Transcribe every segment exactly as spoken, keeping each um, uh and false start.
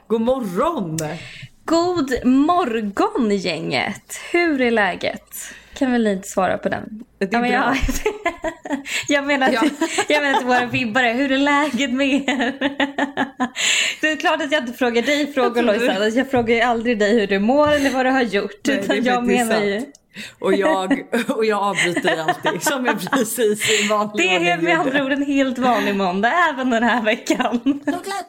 God morgon! God morgon, gänget. Hur är läget? Kan väl inte svara på den? Det är ja, men jag, jag menar att, ja. jag menar att våra vibbare, hur är läget med er? Det är klart att jag inte frågar dig frågor, Lojsan. Jag frågar ju aldrig dig hur du mår eller vad du har gjort. Nej, utan jag menar ju... Och jag, och jag avbryter alltid som jag precis i vanlig. Det är med andra ord en helt vanlig måndag även den här veckan.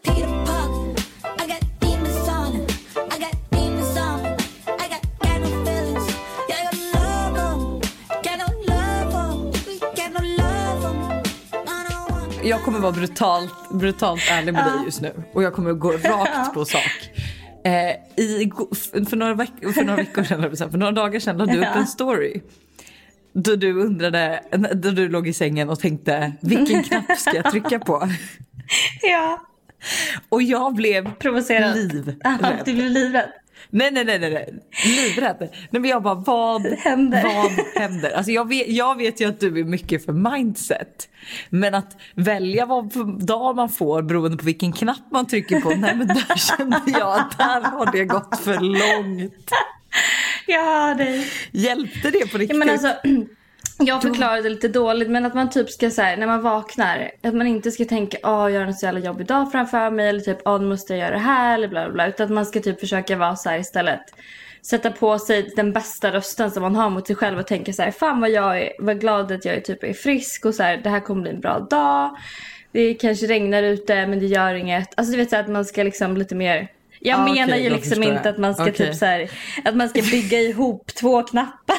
Jag kommer vara brutalt, brutalt ärlig med ja. dig just nu. Och jag kommer gå rakt på sak. Eh, i, för, några veck- för några veckor sedan, för några dagar sedan, lade du upp en story. Då du undrade, då du låg i sängen och tänkte, vilken knapp ska jag trycka på? Ja. Och jag blev provocerad. livrädd. Aha, du blev livrädd. Nej, nej, nej, nej. Livrädd. Nej, men jag bara, vad händer? Vad händer? Alltså jag vet, jag vet ju att du är mycket för mindset. Men att välja vad dag man får beroende på vilken knapp man trycker på. Nej, men där kände jag att där har det gått för långt. Ja, det... Hjälpte det på riktigt? Ja, men alltså... Jag förklarade lite dåligt, men att man typ ska så här, när man vaknar, att man inte ska tänka, åh, jag har en så jävla jobbig dag framför mig, eller typ, åh, nu måste jag göra det här, eller bla bla bla, utan att man ska typ försöka vara så här istället. Sätta på sig den bästa rösten som man har mot sig själv och tänka så här, fan vad jag är, vad glad att jag är typ är frisk och så här, det här kommer bli en bra dag. Det kanske regnar ute, men det gör inget. Alltså du vet så här, att man ska liksom lite mer... Jag ah, menar okay, ju liksom inte jag. Att man ska okay. typ så här, att man ska bygga ihop två knappar.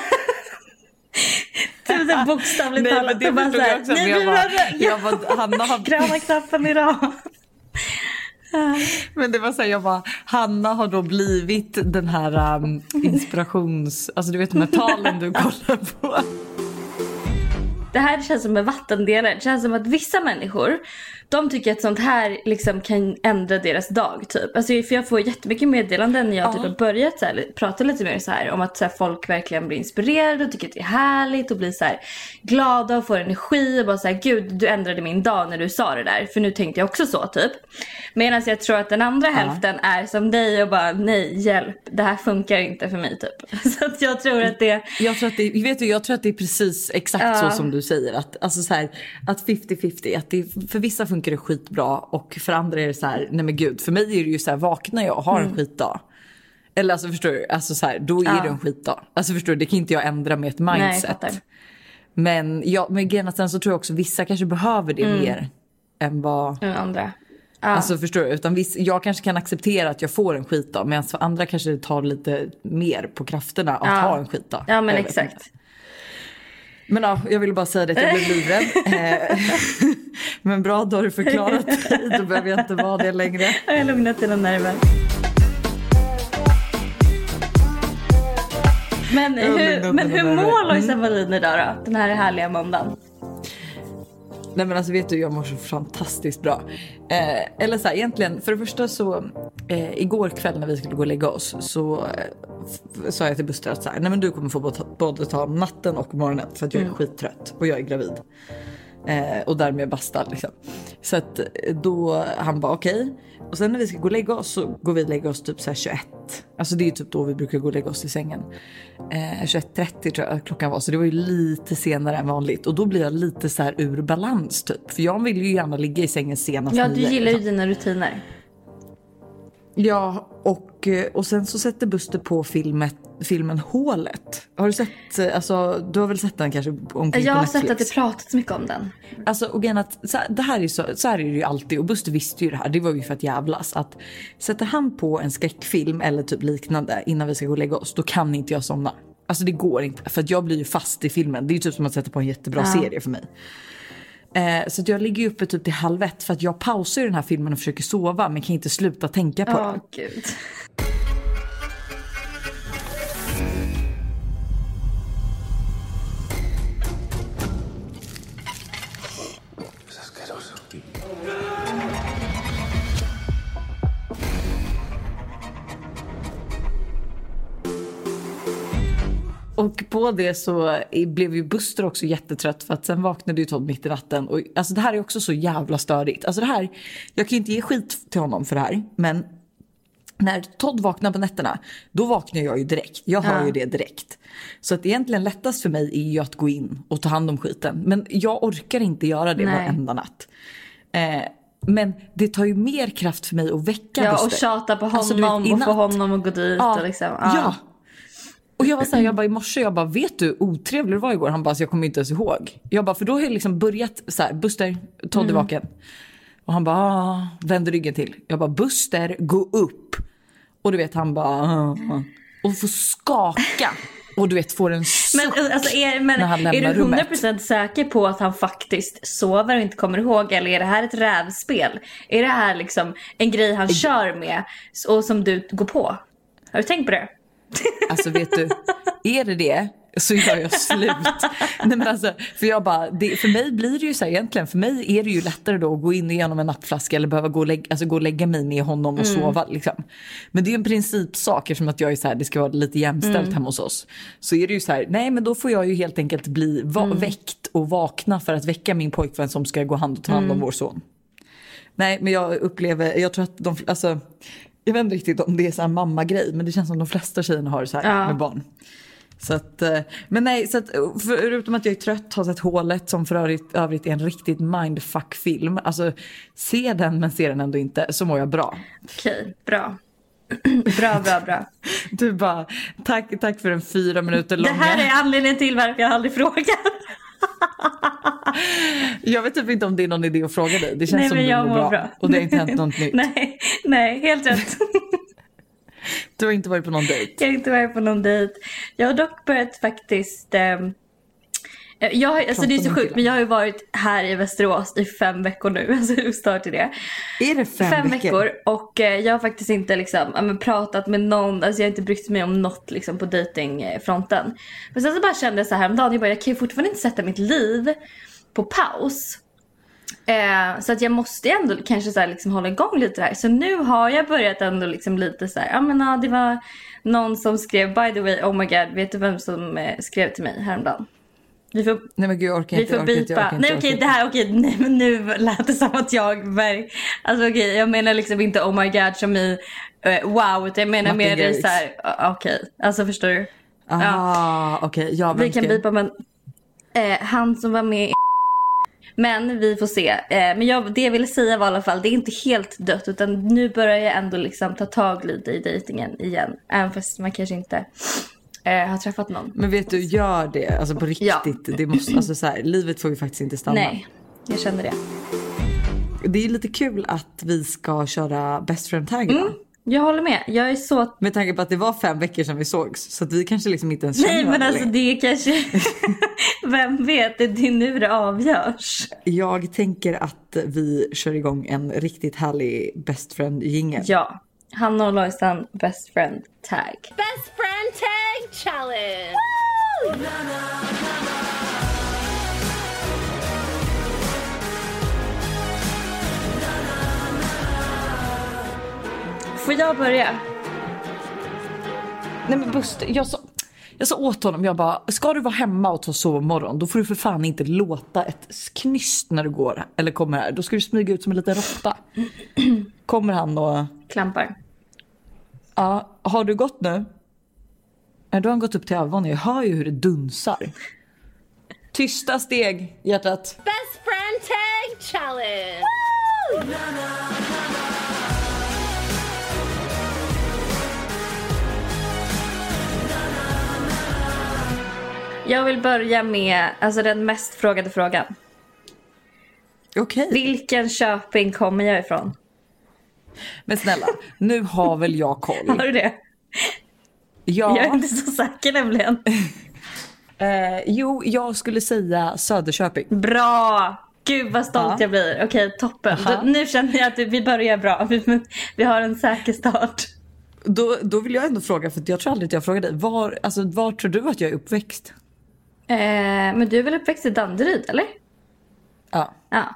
Typ så bokstavligt nej, talat. Men det förstod jag också. Nej, jag bara, jag bara, Hanna har... Krama knappen idag. Men det var så här, jag bara, Hanna har då blivit den här um, inspirations... Alltså du vet de här talen du kollar på. Det här känns som en vattendelare. Det känns som att vissa människor, de tycker att sånt här liksom kan ändra deras dag typ. Alltså, för jag får jättemycket meddelanden när jag ja. typ har börjat så här, prata lite mer så här, om att så här, folk verkligen blir inspirerade och tycker att det är härligt och blir så här, glada och får energi och bara så här, gud, du ändrade min dag när du sa det där. För nu tänkte jag också så typ. Medan jag tror att den andra ja. hälften är som dig och bara, nej, hjälp, det här funkar inte för mig typ. Så att jag tror att det... Jag tror att det, vet du, jag tror att det är precis exakt ja. så som du säger. Att, alltså så här, att femtio femtio, att det, för vissa funkar det skitbra och för andra är det så här, nej men gud, för mig är det ju så här, vaknar jag och har mm. en skitdag. Eller alltså förstår du, alltså så här, då är ja. det en skitdag. Alltså förstår du, det kan inte jag ändra med ett mindset. Nej, men jag, med grejen sen så tror jag också vissa kanske behöver det mm. mer än vad än andra. Ja. Alltså förstår du, utan viss, jag kanske kan acceptera att jag får en skitdag, medan för andra kanske det tar lite mer på krafterna att ja. ha en skitdag. Ja, men exakt. Inte. Men ja, jag ville bara säga det att jag blev livrädd. Men bra, då har du förklarat dig. Då behöver jag inte vara det längre. Jag har lugnat dina nerver. Men hur, men hur mår Lojsan Wallin idag då? Den här härliga måndagen. Nej men alltså vet du, jag mår så fantastiskt bra. Eh, eller så här, egentligen, för det första så eh, igår kväll när vi skulle gå och lägga oss så eh, f- sa jag till Buster att så här, nej men du kommer få både, både ta natten och morgonen för att jag är mm. skittrött och jag är gravid. Eh, och därmed bastad liksom. Så att då han bara okej. Okay. Och sen när vi ska gå och lägga oss så går vi och lägga oss typ så här tjugoett. Alltså det är typ då vi brukar gå och lägga oss i sängen. Eh, tjugoett trettio tror jag klockan var. Så det var ju lite senare än vanligt. Och då blir jag lite så här ur balans typ. För jag vill ju gärna ligga i sängen senast. Ja, du gillar ju dina rutiner. Ja, och, och sen så sätter Buster på filmet, filmen Hålet. Har du sett, alltså du har väl sett den kanske omkring Jag har Netflix. sett att det pratats mycket om den. Alltså och att, så här, det här är så, så här är det ju alltid. Och Buster visste ju det här, det var ju för att jävlas. Att sätter han på en skräckfilm eller typ liknande innan vi ska gå och lägga oss, då kan inte jag somna. Alltså det går inte, för att jag blir ju fast i filmen. Det är ju typ som att sätta på en jättebra ja. serie för mig. Eh, så att jag ligger uppe typ till halv ett för att jag pausar den här filmen och försöker sova men kan inte sluta tänka på oh, den. Gud. Och på det så blev ju Buster också jättetrött för att sen vaknade ju Todd mitt i natten. Och alltså det här är också så jävla störigt. Alltså det här, jag kan ju inte ge skit till honom för det här, men när Todd vaknar på nätterna, då vaknar jag ju direkt. Jag hör ja. ju det direkt. Så att egentligen lättast för mig är ju att gå in och ta hand om skiten. Men jag orkar inte göra det varenda natt. Eh, men det tar ju mer kraft för mig att väcka Ja, Buster. och tjata på honom alltså, vet, och få honom att gå dit. Ja, och liksom. ja. ja. Och jag var så här, jag bara i morse, jag bara, vet du otrevlig det var igår? Han bara, så jag kommer inte ens ihåg. Jag bara, för då har jag liksom börjat så här, Buster, Todd är vaken. Och han bara, ah, vänder ryggen till. Jag bara, Buster, gå upp. Och du vet, han bara, ah, ah. Och får skaka. Och du vet, får en suck. Men, alltså, är, men är du hundra procent säker på att han faktiskt sover och inte kommer ihåg? Eller är det här ett rävspel? Är det här liksom en grej han kör med och som du går på? Har du tänkt på det? Alltså vet du, är det det så gör jag slut. Nej, men alltså, för jag bara, det, för mig blir det ju så här, egentligen för mig är det ju lättare då att gå in igenom en nappflaska eller behöva gå och lägga, alltså gå och lägga mig med honom och mm. sova liksom. Men det är ju en principsak, eftersom att jag är så här, det ska vara lite jämställt mm. hemma hos oss. Så är det ju så här, nej men då får jag ju helt enkelt bli va- mm. väckt och vakna för att väcka min pojkvän som ska gå hand och ta hand om mm. vår son. Nej, men jag upplever, jag tror att de, alltså jag vet inte riktigt om det är så här mamma-grej, men det känns som de flesta tjejerna har så här ja. med barn. Så att, men nej, så att, förutom att jag är trött, har sett Hålet som för övrigt, övrigt är en riktigt mindfuck-film. Alltså, se den men se den ändå inte, så mår jag bra. Okej, bra. Bra, bra, bra. Du bara, tack, tack för en fyra minuter långa. Det här är anledningen till varför jag aldrig frågar. Jag vet typ inte om det är någon idé att fråga dig. Det känns nej, som du mår bra. bra. Och det har inte hänt något nytt. Nej, nej, helt rätt. Du har inte varit på någon dejt? Jag har inte varit på någon dejt. Jag har dock börjat faktiskt... Eh, jag, alltså det är så sjukt, men jag har ju varit här i Västerås i fem veckor nu. Alltså hur stört är det? Är det fem, fem veckor? veckor? Och eh, jag har faktiskt inte liksom, ja, men pratat med någon. Alltså jag har inte brytt mig om något liksom, på datingfronten. Men sen så bara kände jag så här häromdagen. Jag bara, jag kan ju fortfarande inte sätta mitt liv på paus. Eh, så att jag måste ändå kanske så här, liksom, hålla igång lite där. Så nu har jag börjat ändå liksom, lite så här. Ja men ja, det var någon som skrev, by the way, oh my god, vet du vem som eh, skrev till mig häromdagen? Vi får, nej men gud, jag orkar vi inte, får orkar bipa. inte, orkar nej inte, okej, det här, okej, nej men nu lät det som att jag verk... Alltså okej, jag menar liksom inte oh my god som i uh, wow, utan jag menar mer i så här, uh, okej, alltså förstår du? Ah, ja. okej, okay. ja, vi kan bipa, men eh, han som var med i... Men vi får se. Eh, men jag, det jag ville säga var i alla fall, det är inte helt dött, utan nu börjar jag ändå liksom ta tag lite i dejtingen igen. Även fast man kanske inte eh, har träffat någon. Men vet du, gör det. Alltså på riktigt. Ja. Det måste, alltså så här, livet får ju faktiskt inte stanna. Nej, jag känner det. Det är lite kul att vi ska köra best friend tag idag. Mm. Jag håller med. Jag är så... Med tanke på att det var fem veckor sedan vi sågs. Så att vi kanske liksom inte ens känner nej, men alltså längre. det är kanske... Vem vet, det är nu det avgörs. Jag tänker att vi kör igång en riktigt härlig best friend-jingle. Ja. Hanna och Lojsan, best friend tag. Best friend tag challenge! Woo! Får jag börja? Nej men Buster, jag sa, jag sa åt honom, jag bara, ska du vara hemma och ta sovmorgon, då får du för fan inte låta ett knyst när du går eller kommer här. Då ska du smyga ut som en liten råtta. Kommer han och... Klampar. Ja, har du gått nu? Ja, då har han gått upp till övervåningen. Jag hör ju hur det dunsar. Tysta steg, hjärtat. Best friend tag challenge! Woo! Jag vill börja med alltså den mest frågade frågan. Okej. Okay. Vilken Köping kommer jag ifrån? Men snälla, nu har väl jag koll. Har du det? Ja. Jag är inte så säker nämligen. eh, jo, jag skulle säga Söderköping. Bra! Gud vad stolt ja. jag blir. Okej, toppen. Då, nu känner jag att vi börjar bra. Vi, vi har en säker start. Då, då vill jag ändå fråga, för jag tror aldrig att jag frågade dig. Var, alltså, var tror du att jag är uppväxt? Eh, men du är väl uppväxt i Danderyd, eller? Ja. Ja.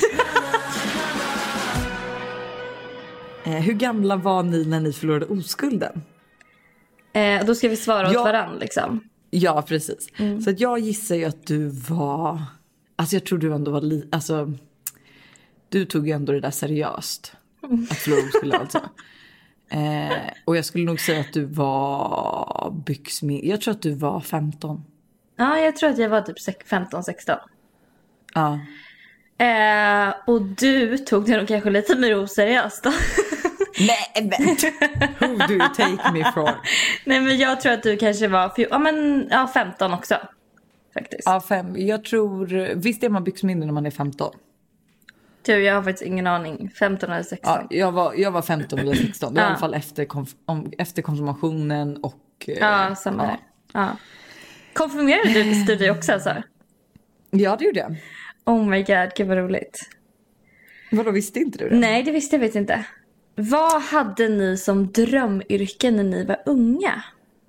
eh, hur gamla var ni när ni förlorade oskulden? Eh, då ska vi svara åt ja. varann liksom. Ja, precis. Mm. Så att jag gissar ju att du var... Alltså jag tror du ändå var... Li... Alltså, du tog ju ändå det där seriöst. Att förlora oskulden alltså. Eh, och jag skulle nog säga att du var byxmin. Jag tror att du var femton. Ja, jag tror att jag var typ femton sexton. Ja. Eh, och du tog det nog kanske lite mer oseriöst då. Nej, men who do you take me for? Nej, men jag tror att du kanske var fj- ja, men, ja, femton också. Faktiskt. Ja, fem. Jag tror, visst är man byxmindre när man är femton? Du, jag har faktiskt ingen aning. femton eller sexton. Ja, jag var, jag var femton eller sexton. Det var Ja. i alla fall efter, konf- om, efter konfirmationen och... eh, Ja, samma ja. här. Ja. Konfirmerade du visste du också alltså? Ja, det gjorde jag. Oh my god, gud vad roligt. Vadå, visste inte du det? Nej, det visste jag vet inte. Vad hade ni som drömyrke när ni var unga?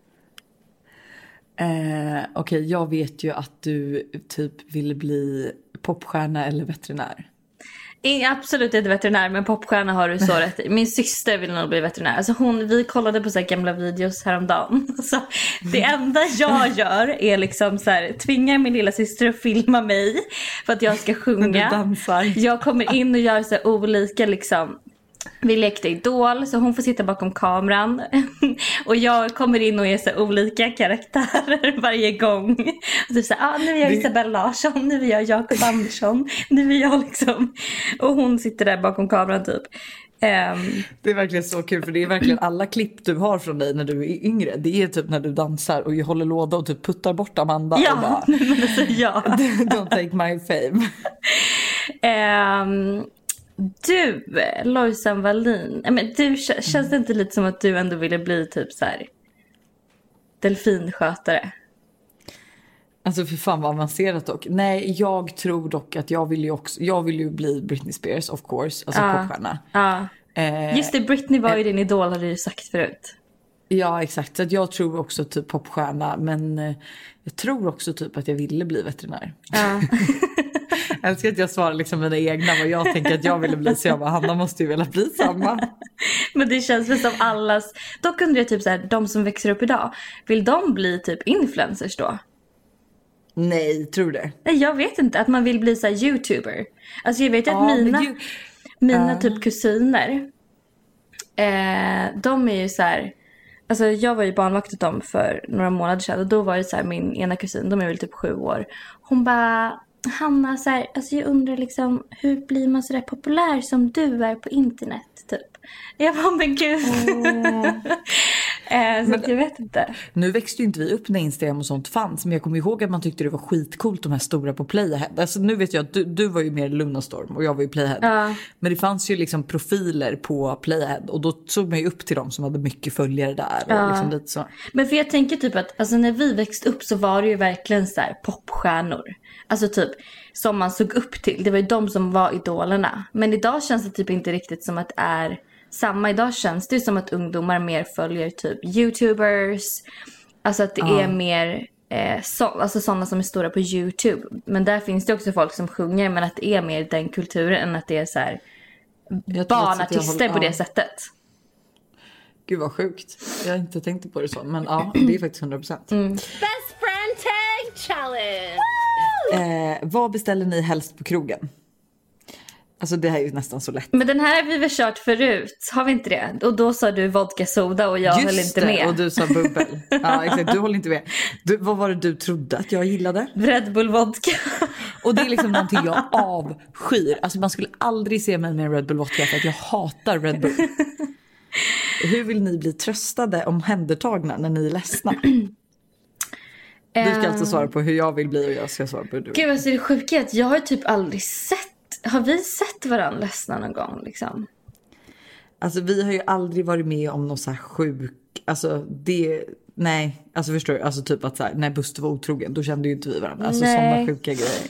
Eh, Okej, okay, jag vet ju att du typ ville bli popstjärna eller veterinär. Ing, absolut inte veterinär, men popstjärna har du så rätt i. Min syster vill nog bli veterinär. Alltså hon, vi kollade på så här gamla videos häromdagen. Alltså, det enda jag gör är liksom så här, tvingar min lilla syster att filma mig för att jag ska sjunga. Dansar. Jag kommer in och gör så här olika liksom. Vi lekte Idol, så hon får sitta bakom kameran. Och jag kommer in och är så olika karaktärer varje gång. Och typ så här, ah, nu är jag Isabella Larsson, nu är jag Jakob Andersson, nu är jag liksom... Och hon sitter där bakom kameran typ. Um... Det är verkligen så kul, för det är verkligen alla klipp du har från dig när du är yngre. Det är typ när du dansar och jag håller låda och typ puttar bort Amanda. Ja, och bara, men alltså, ja. Don't take my fame. Um... Du, Lojsan Wallin, men du, känns det inte lite som att du ändå ville bli typ så här delfinskötare? Alltså för fan vad avancerat dock. Nej, jag tror dock att jag vill ju också, jag vill ju bli Britney Spears of course, alltså Ja. popstjärna. Ja. Eh, Just det, Britney var ju din idol, hade du ju sagt förut. Ja, exakt. Så att jag tror också typ popstjärna, men eh, jag tror också typ att jag ville bli veterinär. Ja. Jag älskar att jag svarar liksom mina egna vad jag tänker att jag ville bli, så jag bara, Hanna måste ju vilja bli samma. Men det känns väl som allas. Dock undrar jag typ så här, de som växer upp idag, vill de bli typ influencers då? Nej, tror det. Nej, jag vet inte, att man vill bli så här YouTuber. Alltså jag vet ju att Ja, mina, men ju- mina Ja. typ kusiner, eh, de är ju så här. Alltså jag var ju barnvakt åt dem för några månader sedan. Och då var det så här, min ena kusin, de är väl typ sju år. Hon bara, Hanna, så här, alltså jag undrar liksom, hur blir man så där populär som du är på internet typ? Jag bara, men gud. Mm. eh, så Men- att jag vet inte. Nu växte ju inte vi upp när Instagram och sånt fanns, men jag kommer ihåg att man tyckte det var skitcoolt de här stora på Playhead. Alltså nu vet jag att du, du var ju mer Lunarstorm och jag var ju Playhead. Ja. Men det fanns ju liksom profiler på Playhead och då såg man ju upp till dem som hade mycket följare där. Och Ja. liksom lite så. Men för jag tänker typ att alltså när vi växte upp så var det ju verkligen så här popstjärnor. Alltså typ som man såg upp till. Det var ju de som var idolerna. Men idag känns det typ inte riktigt som att det är samma. Idag känns det som att ungdomar mer följer typ YouTubers. Alltså att det Ja. är mer eh, så, alltså sådana som är stora på YouTube. Men där finns det också folk som sjunger, men att det är mer den kulturen än att det är så här Jag tror faktiskt att jag barnartister håller- på det ja. sättet. Gud vad sjukt. Jag har inte tänkt på det så, men ja, det är faktiskt hundra procent. Mm. Best friend tag challenge. Eh, vad beställer ni helst på krogen? Alltså det här är ju nästan så lätt. Men den här har vi väl kört förut, har vi inte det? Och då sa du vodka soda och jag höll inte det, med. och du sa bubbel. Ja, exakt, du håller inte med. Du, vad var det du trodde att jag gillade? Red Bull vodka. Och det är liksom någonting jag avskyr. Alltså man skulle aldrig se mig med en Red Bull vodka för att jag hatar Red Bull. Hur vill ni bli tröstade, omhändertagna när ni är ledsna? Du ska alltså svara på hur jag vill bli och jag ska svara på hur du vill. Gud, alltså det sjuka är att jag har typ aldrig sett. Har vi sett varandra ledsna någon gång liksom? Alltså vi har ju aldrig varit med om något så här sjuk. Alltså det, nej. Alltså förstår du? Alltså typ att så här, när Buster var otrogen, då kände ju inte vi varandra. Alltså Nej. sådana sjuka grejer.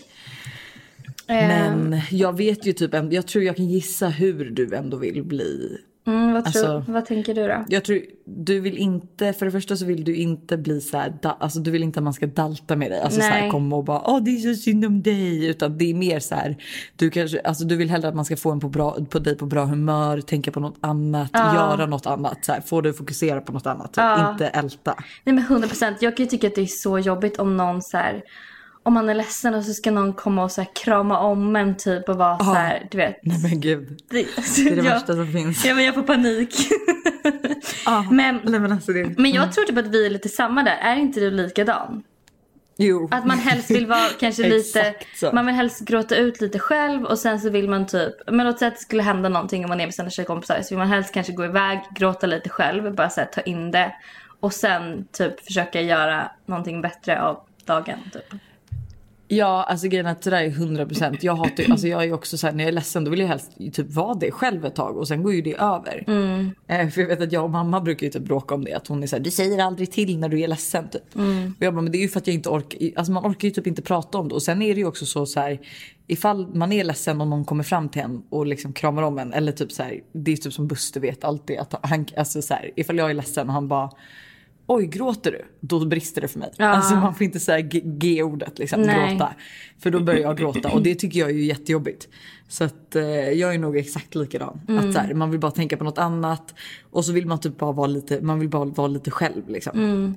Men jag vet ju typ, jag tror jag kan gissa hur du ändå vill bli. Mm, vad, tror, Alltså- vad tänker du då? Jag tror du vill inte, för det första så vill du inte bli så här, da, alltså du vill inte att man ska dalta med dig. Alltså så här Nej. komma och bara, åh det är så synd om dig. Utan det är mer så här, du kanske, alltså du vill hellre att man ska få en på, bra, på dig på bra humör, tänka på något annat, Ja. göra något annat. Så här, få dig att fokusera på något annat, typ. Ja. Inte älta. Nej men hundra procent. Jag kan ju tycka att det är så jobbigt om någon så här, om man är ledsen och så ska någon komma och så här krama om en typ och vara oh. så här, du vet. Nej men gud. Det, det är det jag, värsta som finns. Ja men jag får panik. ah, men, nej, men, alltså det, men jag mm. tror typ att vi är lite samma där. Är inte du likadan? Jo. Att man helst vill vara kanske lite, man vill helst gråta ut lite själv och sen så vill man typ, men låt säga att det skulle hända någonting om man är med sina tjejkompisar, så vill man helst kanske gå iväg, gråta lite själv, bara så här, ta in det och sen typ försöka göra någonting bättre av dagen typ. Ja, alltså grejen är att det där är hundra procent. Jag hatar ju, alltså jag är ju också så här, när jag är ledsen då vill jag helst typ vara det själv ett tag och sen går ju det över. Mm. Eh, för jag vet att jag och mamma brukar ju typ bråka om det, att hon är så här, du säger aldrig till när du är ledsen typ. Mm. Och jag bara, men det är ju för att jag inte orkar, alltså man orkar ju typ inte prata om det. Och sen är det ju också så, så här, ifall man är ledsen och någon kommer fram till en och liksom kramar om en, eller typ så här, det är typ som Buster vet alltid att han, alltså så här, ifall jag är ledsen och han bara, oj, gråter du? Då brister det för mig. Ja. Alltså man får inte säga G-ordet liksom, Nej. gråta. För då börjar jag gråta och det tycker jag är ju jättejobbigt. Så att eh, jag är nog exakt likadan. Mm. Att så här, man vill bara tänka på något annat och så vill man typ bara vara lite, man vill bara vara lite själv liksom. Mm.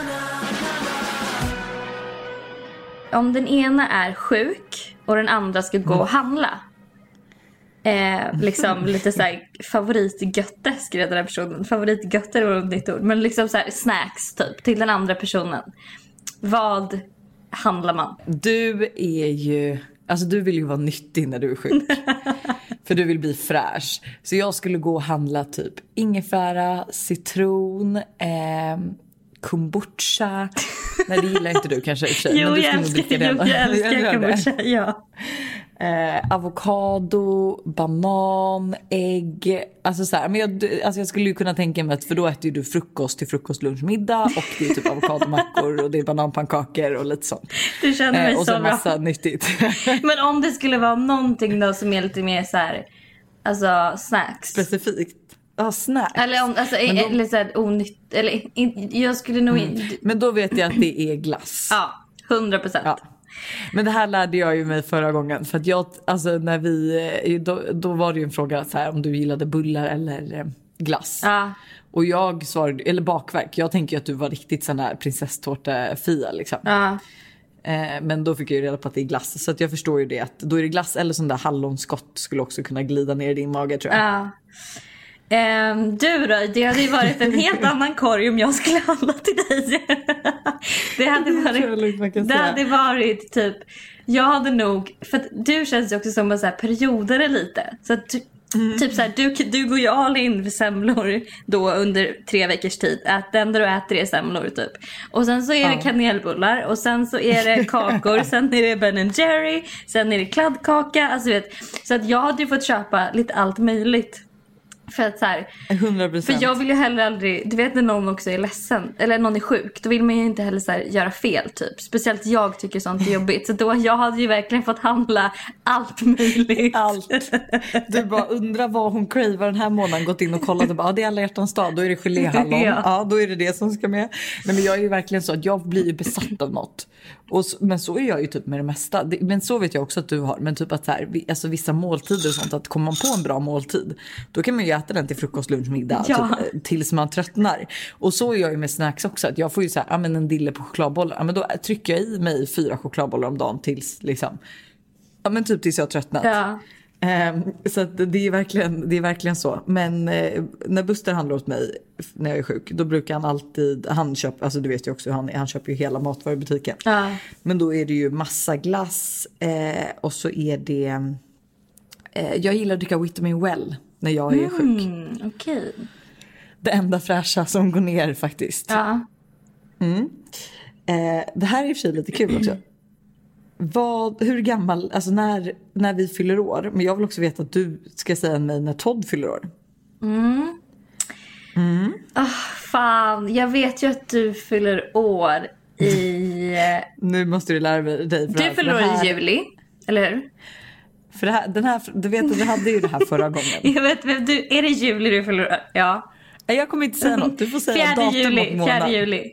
Om den ena är sjuk och den andra ska gå och handla. Eh, liksom lite såhär favoritgötte skrev den här personen. Favoritgötte var ett nytt ord. Men liksom såhär snacks typ till den andra personen. Vad handlar man? Du är ju, alltså du vill ju vara nyttig när du är sjuk. För du vill bli fräsch. Så jag skulle gå och handla typ ingefära, citron, eh, kombucha. Nej, det gillar inte du kanske i och för sig. Jo, men du jag älskar, jo, jag älskar kombucha, ja. Eh, avokado, banan, ägg. Alltså så här, men jag, alltså jag skulle ju kunna tänka mig att, för då äter ju du frukost till frukost, lunch, middag. Och det är typ avokadomackor och det är bananpannkakor och lite sånt. Du känner mig eh, och så så bra. massa nyttigt. Men om det skulle vara någonting då som är lite mer så här, alltså snacks. Specifikt. Ja, snacks. Eller om, alltså, då, eller så här onytt, eller in, jag skulle nog mm. Men då vet jag att det är glass. Ja, hundra procent. Ja. Men det här lärde jag ju mig förra gången. För att jag, alltså när vi, då, då var det ju en fråga så här, om du gillade bullar eller glass. Ja. Och jag svarade, eller bakverk. Jag tänker ju att du var riktigt sån här prinsesstårta-fia liksom. Ja. Eh, men då fick jag ju reda på att det är glass. Så att jag förstår ju det, att då är det glass eller sån där hallonskott skulle också kunna glida ner i din mage, tror jag. Ja. Um, du då, det hade ju varit en helt annan korg om jag skulle handla till dig. Det hade varit, det hade varit typ, jag hade nog, för att du känns ju också som en så här periodare lite. Så att mm. typ så här, du, du går ju all in för semlor då under tre veckors tid. Ät den där du äter är semlor typ. Och sen så är det ja. kanelbullar. Och sen så är det kakor. Sen är det Ben and Jerry. Sen är det kladdkaka. Alltså vet, så att jag hade ju fått köpa lite allt möjligt. För att så här, hundra procent. för jag vill ju heller aldrig, du vet när någon också är ledsen eller någon är sjuk, då vill man ju inte heller så här göra fel typ. Speciellt jag tycker sånt är jobbigt. Så då jag hade ju verkligen fått handla allt möjligt. Allt. Du bara undrar vad hon cravar den här månaden, gått in och kollat och bara, ah, det är alla hjärtans dag, då är det geléhallon. Ja. ja, då är det det som ska med. Nej, men jag är ju verkligen så att jag blir ju besatt av något. Och så, men så är jag ju typ med det mesta. Det, men så vet jag också att du har. Men typ att så här, alltså vissa måltider och sånt, att kommer man på en bra måltid, då kan man ju äta den till frukost, lunch, middag ja. typ, tills man tröttnar. Och så är jag ju med snacks också, att jag får ju så här, ja men en dille på chokladbollar, ja men då trycker jag i mig fyra chokladbollar om dagen tills liksom, ja men typ tills jag har tröttnat. Ja. Um, så att det är verkligen, det är verkligen så. Men uh, när Buster handlar åt mig när jag är sjuk, då brukar han alltid, han köper, alltså du vet ju också, han, han köper ju hela matvarubutiken. Ja. Men då är det ju massa glass uh, och så är det uh, jag gillar att dricka Vitamin Well när jag är sjuk. Mm, okej. Okay. Det enda fräscha som går ner faktiskt. Ja. Mm. Uh, det här är i och för sig lite kul också. Vad, hur gammal, alltså när, när vi fyller år. Men jag vill också veta att du ska säga mig när Todd fyller år. Mm. Mm. Oh, fan, jag vet ju att du fyller år i... Nu måste du lära dig. För du fyller år här... i juli, eller hur? För det här, den här, du vet att du hade ju det här förra gången. Jag vet, du, är det juli du fyller år? Ja. Jag kommer inte säga något, du får säga fjärde datum juli, och månad. fjärde juli.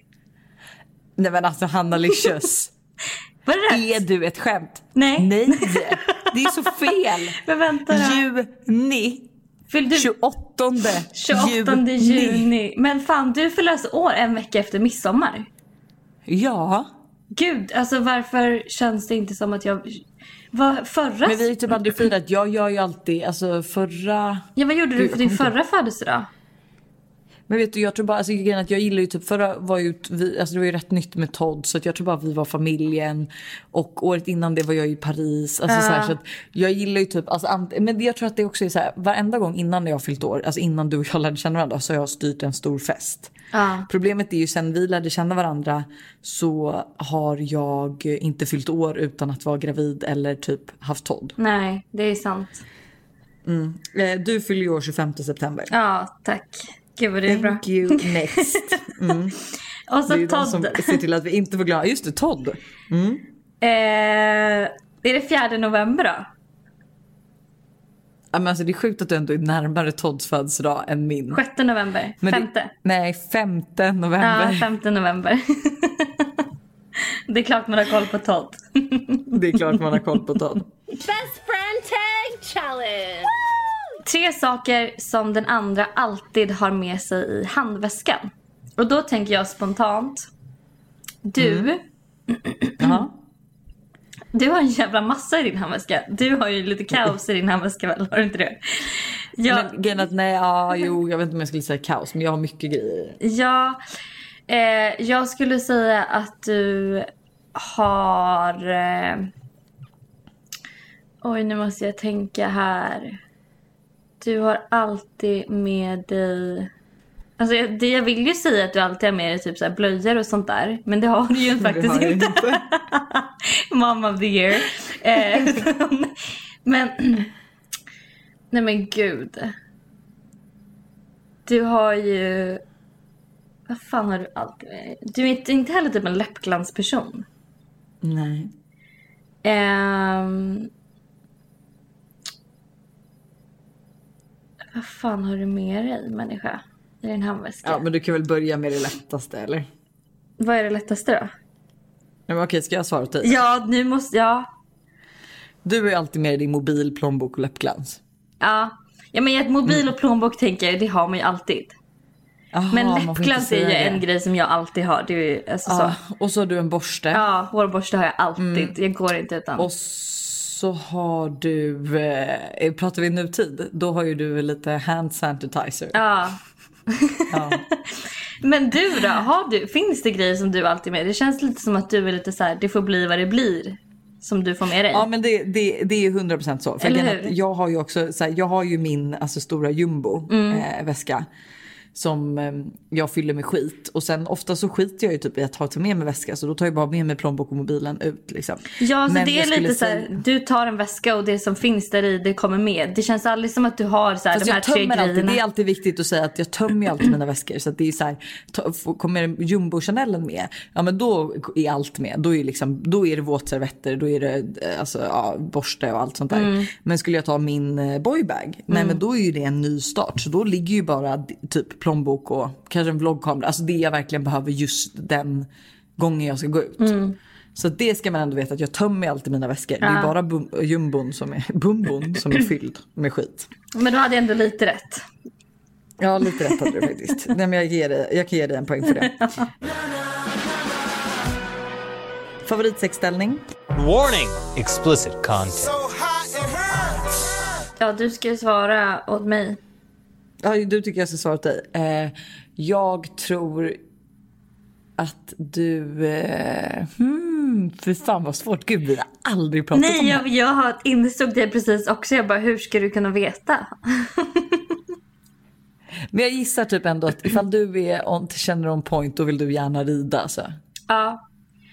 Nej men alltså Hanna Licious. Var det rätt? Är du ett skämt? Nej. Nej, det är så fel. Men vänta då. Juni. Du... tjugoåttonde tjugoåttonde juni. Men fan, du fyller alltså år en vecka efter midsommar. Ja. Gud, alltså varför känns det inte som att jag... Var förra... Men vi är typ aldrig firat. Jag gör ju alltid, alltså förra... Ja, vad gjorde du för din förra inte. födelsedag? Men vet du, jag tror bara, alltså grejen att jag gillar ju typ, förra var ju, vi, alltså det var ju rätt nytt med Todd, så att jag tror bara att vi var familjen, och året innan det var jag i Paris, alltså uh. så, här, så att jag gillar ju typ, alltså, men jag tror att det också är så här, varenda gång innan jag har fyllt år, alltså innan du och jag lärde känna varandra, så har jag styrt en stor fest. Uh. Problemet är ju sen vi lärde känna varandra så har jag inte fyllt år utan att vara gravid eller typ haft Todd. Nej, det är sant. Mm. Du fyller ju år tjugofemte september. Ja, tack. Gud vad det är bra. Thank you, next. Mm. Och så det är Todd. Som ser till att vi inte får glömma. Just det, Todd. Mm. Eh, är det fjärde november då? Ja, men alltså, det är sjukt att du ändå är närmare Todds födelsedag än min. Sjätte november. Men femte. Det, nej, femte november. Ja, femte november. Det är klart man har koll på Todd. Det är klart man har koll på Todd. Best friend tag challenge! Tre saker som den andra alltid har med sig i handväskan. Och då tänker jag spontant. Du. Mm. Uh-huh. Du har en jävla massa i din handväska. Du har ju lite kaos i din handväska, väl? Har du inte det? Jag... Men grejen att nej, ja, jo, jag vet inte om jag skulle säga kaos, men jag har mycket grejer. Ja, eh, jag skulle säga att du har... Eh... Oj, nu måste jag tänka här. Du har alltid med dig... Alltså det, jag vill ju säga att du alltid har med dig typ så här blöjor och sånt där. Men det har du ju faktiskt inte. inte. Mom of the year. Eh, men... Nej men gud. Du har ju... Vad fan har du alltid med dig? Du är inte heller typ en läppglansperson. Nej. Ehm... Vad fan har du med dig, människa? I din handväska? Ja, men du kan väl börja med det lättaste, eller? Vad är det lättaste då? Nej, men okej, ska jag svara åt dig? Ja, nu måste jag. Du har ju alltid med dig din mobil, plånbok och läppglans. Ja, ja men ett mobil och plånbok tänker jag, det har man ju alltid. Aha, men läppglans är ju det. en grej som jag alltid har. Det är ju, alltså, ja, så. Och så har du en borste. Ja, hårborste har jag alltid. Mm. Jag går inte utan. Och så har du, eh, pratar vi nutid, då har ju du lite hand sanitizer. Ja. Ja. Men du då, har du, finns det grejer som du alltid med? Det känns lite som att du är lite så här, det får bli vad det blir. Som du får med dig. Ja, men det, det, det är ju hundra procent så. För jag, jag har ju också så här, jag har ju min alltså, stora jumbo mm. eh, väska som eh, jag fyller med skit. Och sen ofta så skiter jag ju typ i att ha till med mig väska. Så då tar jag bara med mig plånbok och mobilen ut liksom. Ja, så men det är lite så här, säga... du tar en väska och det som finns där i, det kommer med. Det känns aldrig som att du har så här, de här tre grejerna. Alltid, det är alltid viktigt att säga att jag tömmer alltid mina väskor. Så att det är så här, ta, kommer jumbo Chanelen med? Ja, men då är allt med. Då är, liksom, då är det våtservetter, då är det alltså, ja, borste och allt sånt där. Mm. Men skulle jag ta min boybag, mm. nej men då är ju det en ny start. Så då ligger ju bara typ plånbok och kanske en vloggkamera. Alltså det jag verkligen behöver just den gången jag ska gå ut. Mm. Så det ska man ändå veta att jag tömmer alltid mina väskor. Ja. Det är bara bum- jumbon som är, bumbon som är fylld med skit. Men då hade jag ändå lite rätt. Ja, lite rätt hade du faktiskt. Nej, men jag, ger dig, jag kan ge dig en poäng för det. Favoritsexställning? Warning! Explicit content. Ja, du ska svara åt mig. Ja, du tycker jag ska svara åt dig. Eh, jag tror att du... Eh, hmm, för fan vad svårt. Gud, vi har aldrig pratat Nej, om jag, det. Nej, jag har insåg det precis också. Jag bara, hur ska du kunna veta? Men jag gissar typ ändå att ifall du är on, känner on point, då vill du gärna rida. Så. Ja.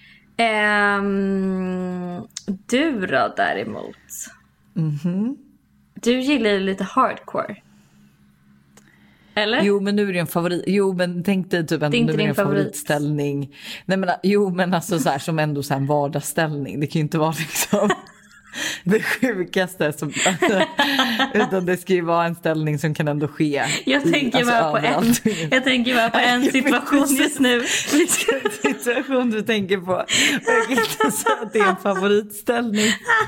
Um, du då däremot? Mhm. Du gillar ju lite hardcore. Eller? Jo, men nu är det en favorit. Jo, men tänk dig typ en, det är inte nu är din en favoritställning. Nej, men jo, men alltså så här som ändå så här en vardagsställning. Det kan ju inte vara liksom det sjukaste som, utan det ska ju vara en ställning som kan ändå ske. Jag tänker i, bara alltså, på en, jag tänker bara på en situation just nu. Vilken situation du tänker på? Jag kan inte säga att det är en favoritställning.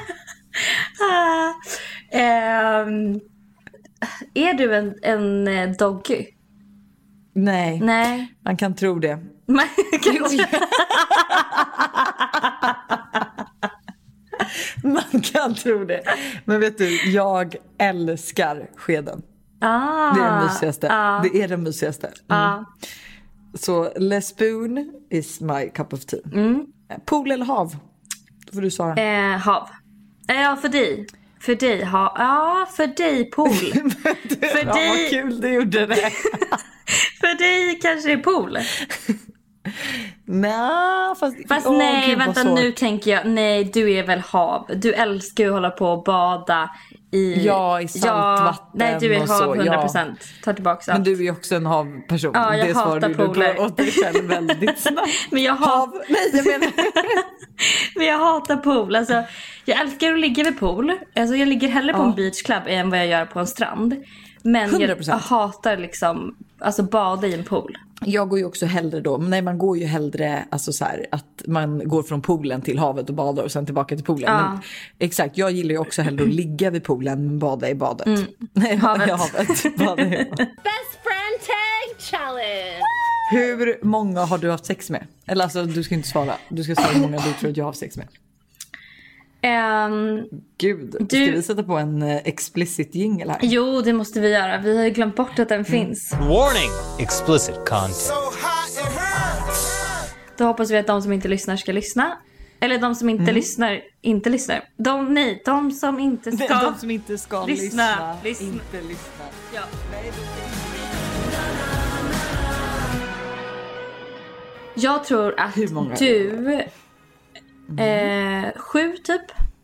um, Är du en, en doggy? Nej. Nej. Man kan tro det. Man kan tro. Man kan tro det. Men vet du, jag älskar skeden. Ah, Det är den mysigaste. ah, Det är den mysigaste. Mm. ah. Så Le Spoon is my cup of tea. Mm. Pool eller hav? Då får du svara. Eh, hav. Eh, Ja, för dig. För dig, ha. Ja, för dig pool. För Ja, dig, vad kul du gjorde det. för dig kanske det är pool. Nej, fast, Fast åh, nej, gud, vad vänta svårt. nu tänker jag. Nej, du är väl hav. Du älskar ju att hålla på och bada i... Ja, i saltvatten nej, du är och hav så, hundra procent. Ta tillbaka Men allt. du är ju också en havperson. Ja, jag det hatar svarade du pooler. på åt dig själv väldigt snabbt. Men jag har... Hav, nej jag menar. Men jag hatar pool. Alltså, jag älskar att ligga vid pool. Alltså, jag ligger hellre på Ja. en beachclub än vad jag gör på en strand. Men jag, hundra jag procent. hatar liksom, alltså bada i en pool. Jag går ju också hellre då, men nej man går ju hellre alltså så här, att man går från poolen till havet och badar och sen tillbaka till poolen. Ja. Men, exakt, jag gillar ju också hellre att ligga vid poolen än bada i badet. Mm. Nej, Havet. i havet. Bada i havet. Best friend tag challenge. Hur många har du haft sex med? Eller alltså du ska inte svara. Du ska säga hur många du tror att jag har haft sex med. Ehm, Gud, ska Du- vi sätta på en eh, explicit jingle här? jo, det måste vi göra. Vi har ju glömt bort att den Mm. finns. Warning! Explicit content. Då hoppas vi att de som inte lyssnar ska lyssna. Eller de som inte Mm. lyssnar, inte lyssnar. De, nej, de som inte ska... De som inte ska lyssna, lyssna, lyssna. inte lyssna. Ja. Jag tror att Hur många? du... Eh, sju typ.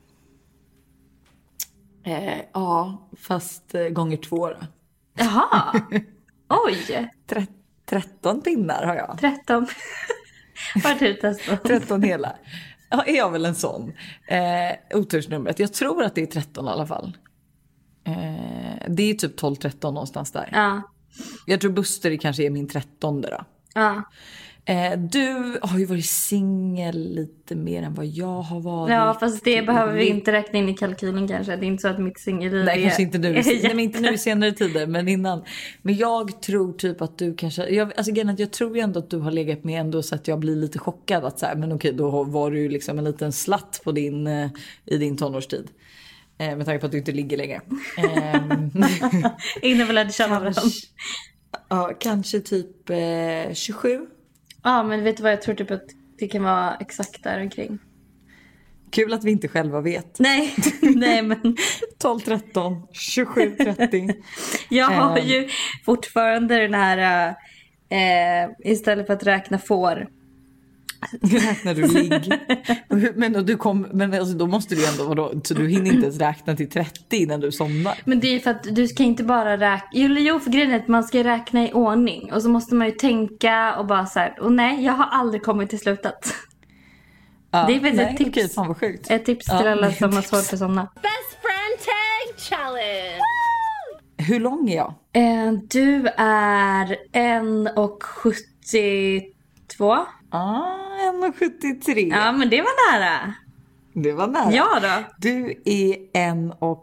Eh, ja, fast eh, gånger två då. Jaha. Oj. Tre- tretton pinnar har jag. tretton. Vad har du testat? tretton hela. Ja, är jag väl en sån. Eh, otursnumret. Jag tror att det är tretton i alla fall. Eh, det är typ tolv tretton någonstans där. Ja. Jag tror Buster kanske är min trettonde då. Ja. Eh, du har ju varit singel lite mer än vad jag har varit. Ja, fast det behöver vi inte räkna in i kalkylen kanske. Det är inte så att mitt singelliv Nej, är... kanske inte nu. är Nej, men jätte- inte nu i senare tider, men innan. Men jag tror typ att du kanske... Jag, alltså, grejen är att jag tror ju ändå att du har legat med ändå så att jag blir lite chockad. Att så här, men okej, då var du ju liksom en liten slatt på din, eh, i din tonårstid. Eh, med tanke på att du inte ligger längre. Eh, Innan vi lärde känna varandra. kanske, ja, kanske typ eh, tjugosju. Ja, men vet du vad? Jag tror typ att det kan vara exakt där omkring. Kul att vi inte själva vet. Nej, nej men... tolv tretton, tjugosju trettio. Jag har Ehm. ju fortfarande den här... Eh, istället för att räkna får. Räknar du ligg. Men, och du kom, men alltså, då måste du ändå, vadå, så du hinner inte ens räkna till trettio innan du somnar. Men det är för att du ska inte bara räkna... Jo, jo, för grejen är att man ska räkna i ordning. Och så måste man ju tänka och bara så här... Och nej, jag har aldrig kommit till slutet. Ja, Det är faktiskt nej, ett tips. Okej, fan vad sjukt. Ett tips till Ja, alla det är som ett har tips. svårt att somna. Best friend tag challenge. Hur lång är jag? Eh, du är en och sjuttiotvå. Ah, en komma sjuttiotre. Ja, men det var nära. Det var nära. Ja då. Du är en komma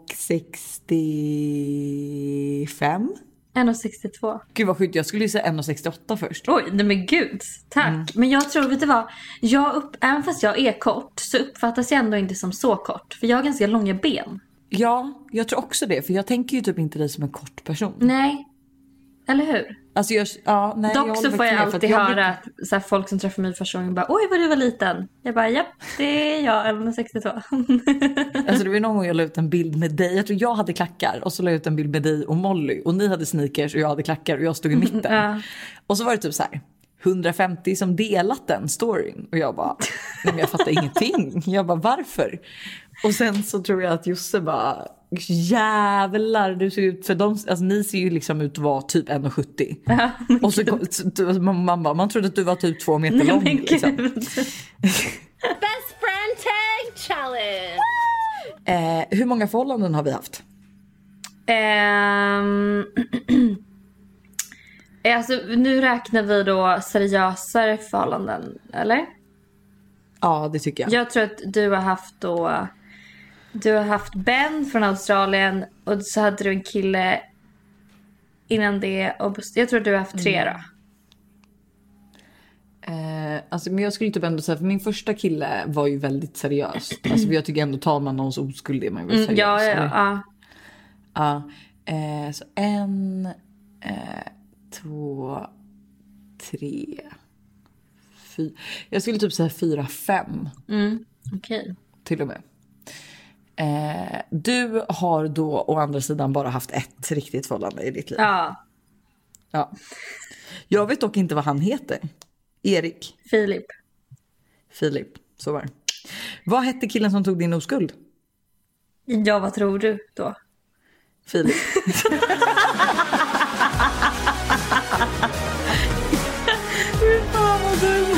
sextiofem. en och sextiotvå. Gud vad sjukt, jag skulle ju säga en komma sextioåtta först. Oj, nej men gud. Tack. Mm. Men jag tror, vet du vad? Jag upp, även fast jag är kort så uppfattas jag ändå inte som så kort. För jag har ganska långa ben. Ja, jag tror också det. För jag tänker ju typ inte dig som en kort person. Nej. Eller hur? Alltså jag, ja, nej, jag Dock så håller får jag faktiskt med, för alltid att jag höra att så här, folk som träffar mig första gången bara oj vad du var liten. Jag bara japp, det är jag, en komma sextiotvå. Alltså det var någon gång jag la ut en bild med dig. Jag tror jag hade klackar och så la jag ut en bild med dig och Molly. Och ni hade sneakers och jag hade klackar och jag stod i mitten. Ja. Och så var det typ så här hundrafemtio som delat den storyn. Och jag bara, nej men jag fattar ingenting. Jag bara, varför? Och sen så tror jag att Josse bara, jävlar du ser ut, för de, alltså ni ser ju liksom ut att vara typ en komma sjuttio. Ja, Och så, så man, man, bara, man trodde att du var typ två meter lång men liksom. gud. Best friend tag challenge. Eh, hur många förhållanden har vi haft? Ehm, alltså, nu räknar vi då seriösare förhållanden, eller? Ja, det tycker jag. Jag tror att du har haft då... Du har haft Ben från Australien och så hade du en kille innan det. Och jag tror att du har haft tre då. Eh, alltså, men jag skulle typ ändå säga, för min första kille var ju väldigt seriös. Alltså, jag tycker ändå tar man någons oskuld är man ju seriös. Mm, ja, ja, eller? ja. Ja. Eh, så en, eh, två, tre, fyra. Jag skulle typ säga fyra, fem. Mm, okej. Okay. Till och med. Eh, du har då å andra sidan bara haft ett riktigt förhållande i ditt liv. Ja. Ja. Jag vet dock inte vad han heter. Erik. Filip. Filip, så var det. Vad hette killen som tog din oskuld? Ja, vad tror du då? Filip. Fan vad dum.